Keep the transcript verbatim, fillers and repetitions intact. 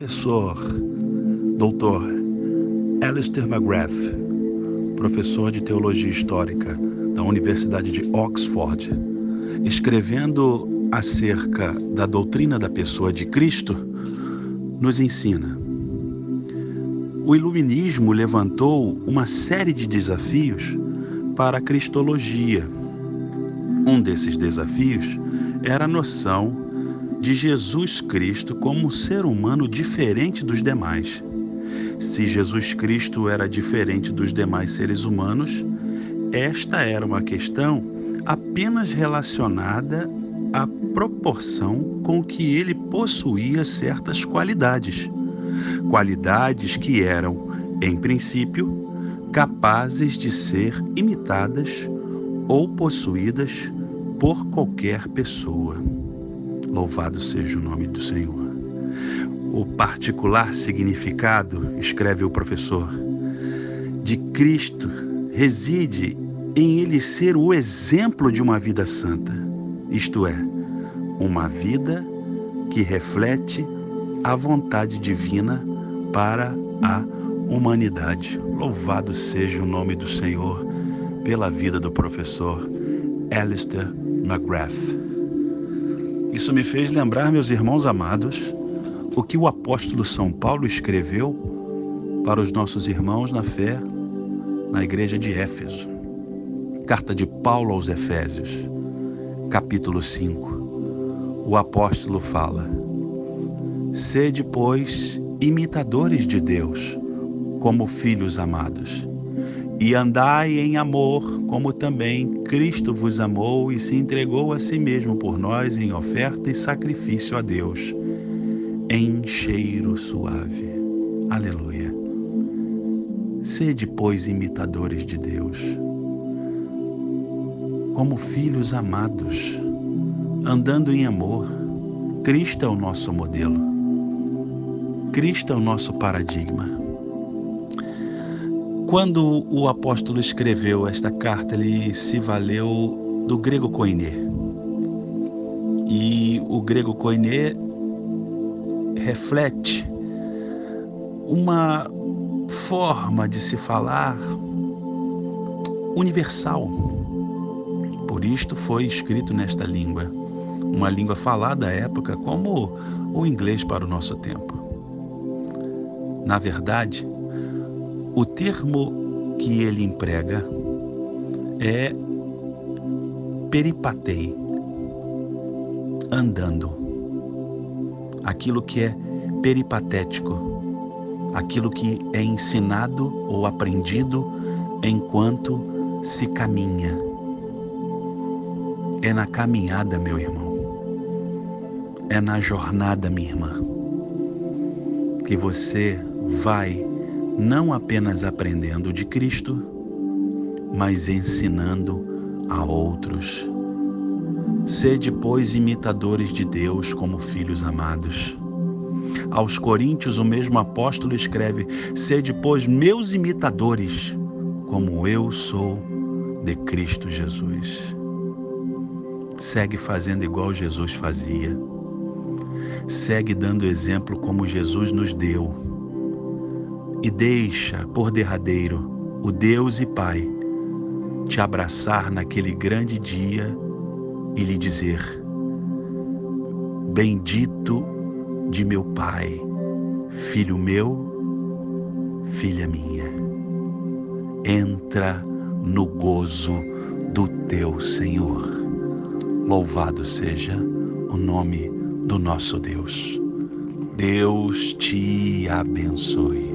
professor doutor Alister McGrath, professor de Teologia Histórica da Universidade de Oxford, escrevendo acerca da doutrina da pessoa de Cristo, nos ensina: o Iluminismo levantou uma série de desafios para a cristologia. Um desses desafios era a noção de Jesus Cristo como um ser humano diferente dos demais. Se Jesus Cristo era diferente dos demais seres humanos, esta era uma questão apenas relacionada à proporção com que ele possuía certas qualidades. Qualidades que eram, em princípio, capazes de ser imitadas ou possuídas por qualquer pessoa. Louvado seja o nome do Senhor. O particular significado, escreve o professor, de Cristo reside em ele ser o exemplo de uma vida santa, isto é, uma vida que reflete a vontade divina para a humanidade. Louvado seja o nome do Senhor pela vida do professor Alister McGrath. Isso me fez lembrar, meus irmãos amados, o que o apóstolo São Paulo escreveu para os nossos irmãos na fé na igreja de Éfeso. Carta de Paulo aos Efésios, capítulo cinco. O apóstolo fala: sede, pois, imitadores de Deus, como filhos amados, e andai em amor, como também Cristo vos amou e se entregou a si mesmo por nós em oferta e sacrifício a Deus, em cheiro suave. Aleluia. Sede, pois, imitadores de Deus, como filhos amados, andando em amor. Cristo é o nosso modelo. Cristo é o nosso paradigma. Quando o apóstolo escreveu esta carta, ele se valeu do grego koiné. E o grego koiné reflete uma forma de se falar universal. Por isto foi escrito nesta língua, uma língua falada à época como o inglês para o nosso tempo. Na verdade, o termo que ele emprega é peripatei, andando. Aquilo que é peripatético, aquilo que é ensinado ou aprendido enquanto se caminha. É na caminhada, meu irmão, é na jornada, minha irmã, que você vai não apenas aprendendo de Cristo, mas ensinando a outros. Sede, pois, imitadores de Deus como filhos amados. Aos Coríntios, o mesmo apóstolo escreve: sede, pois, meus imitadores, como eu sou de Cristo Jesus. Segue fazendo igual Jesus fazia. Segue dando exemplo como Jesus nos deu. E deixa, por derradeiro, o Deus e Pai te abraçar naquele grande dia e lhe dizer: bendito de meu Pai, filho meu, filha minha, entra no gozo do teu Senhor. Louvado seja o nome do nosso Deus. Deus te abençoe.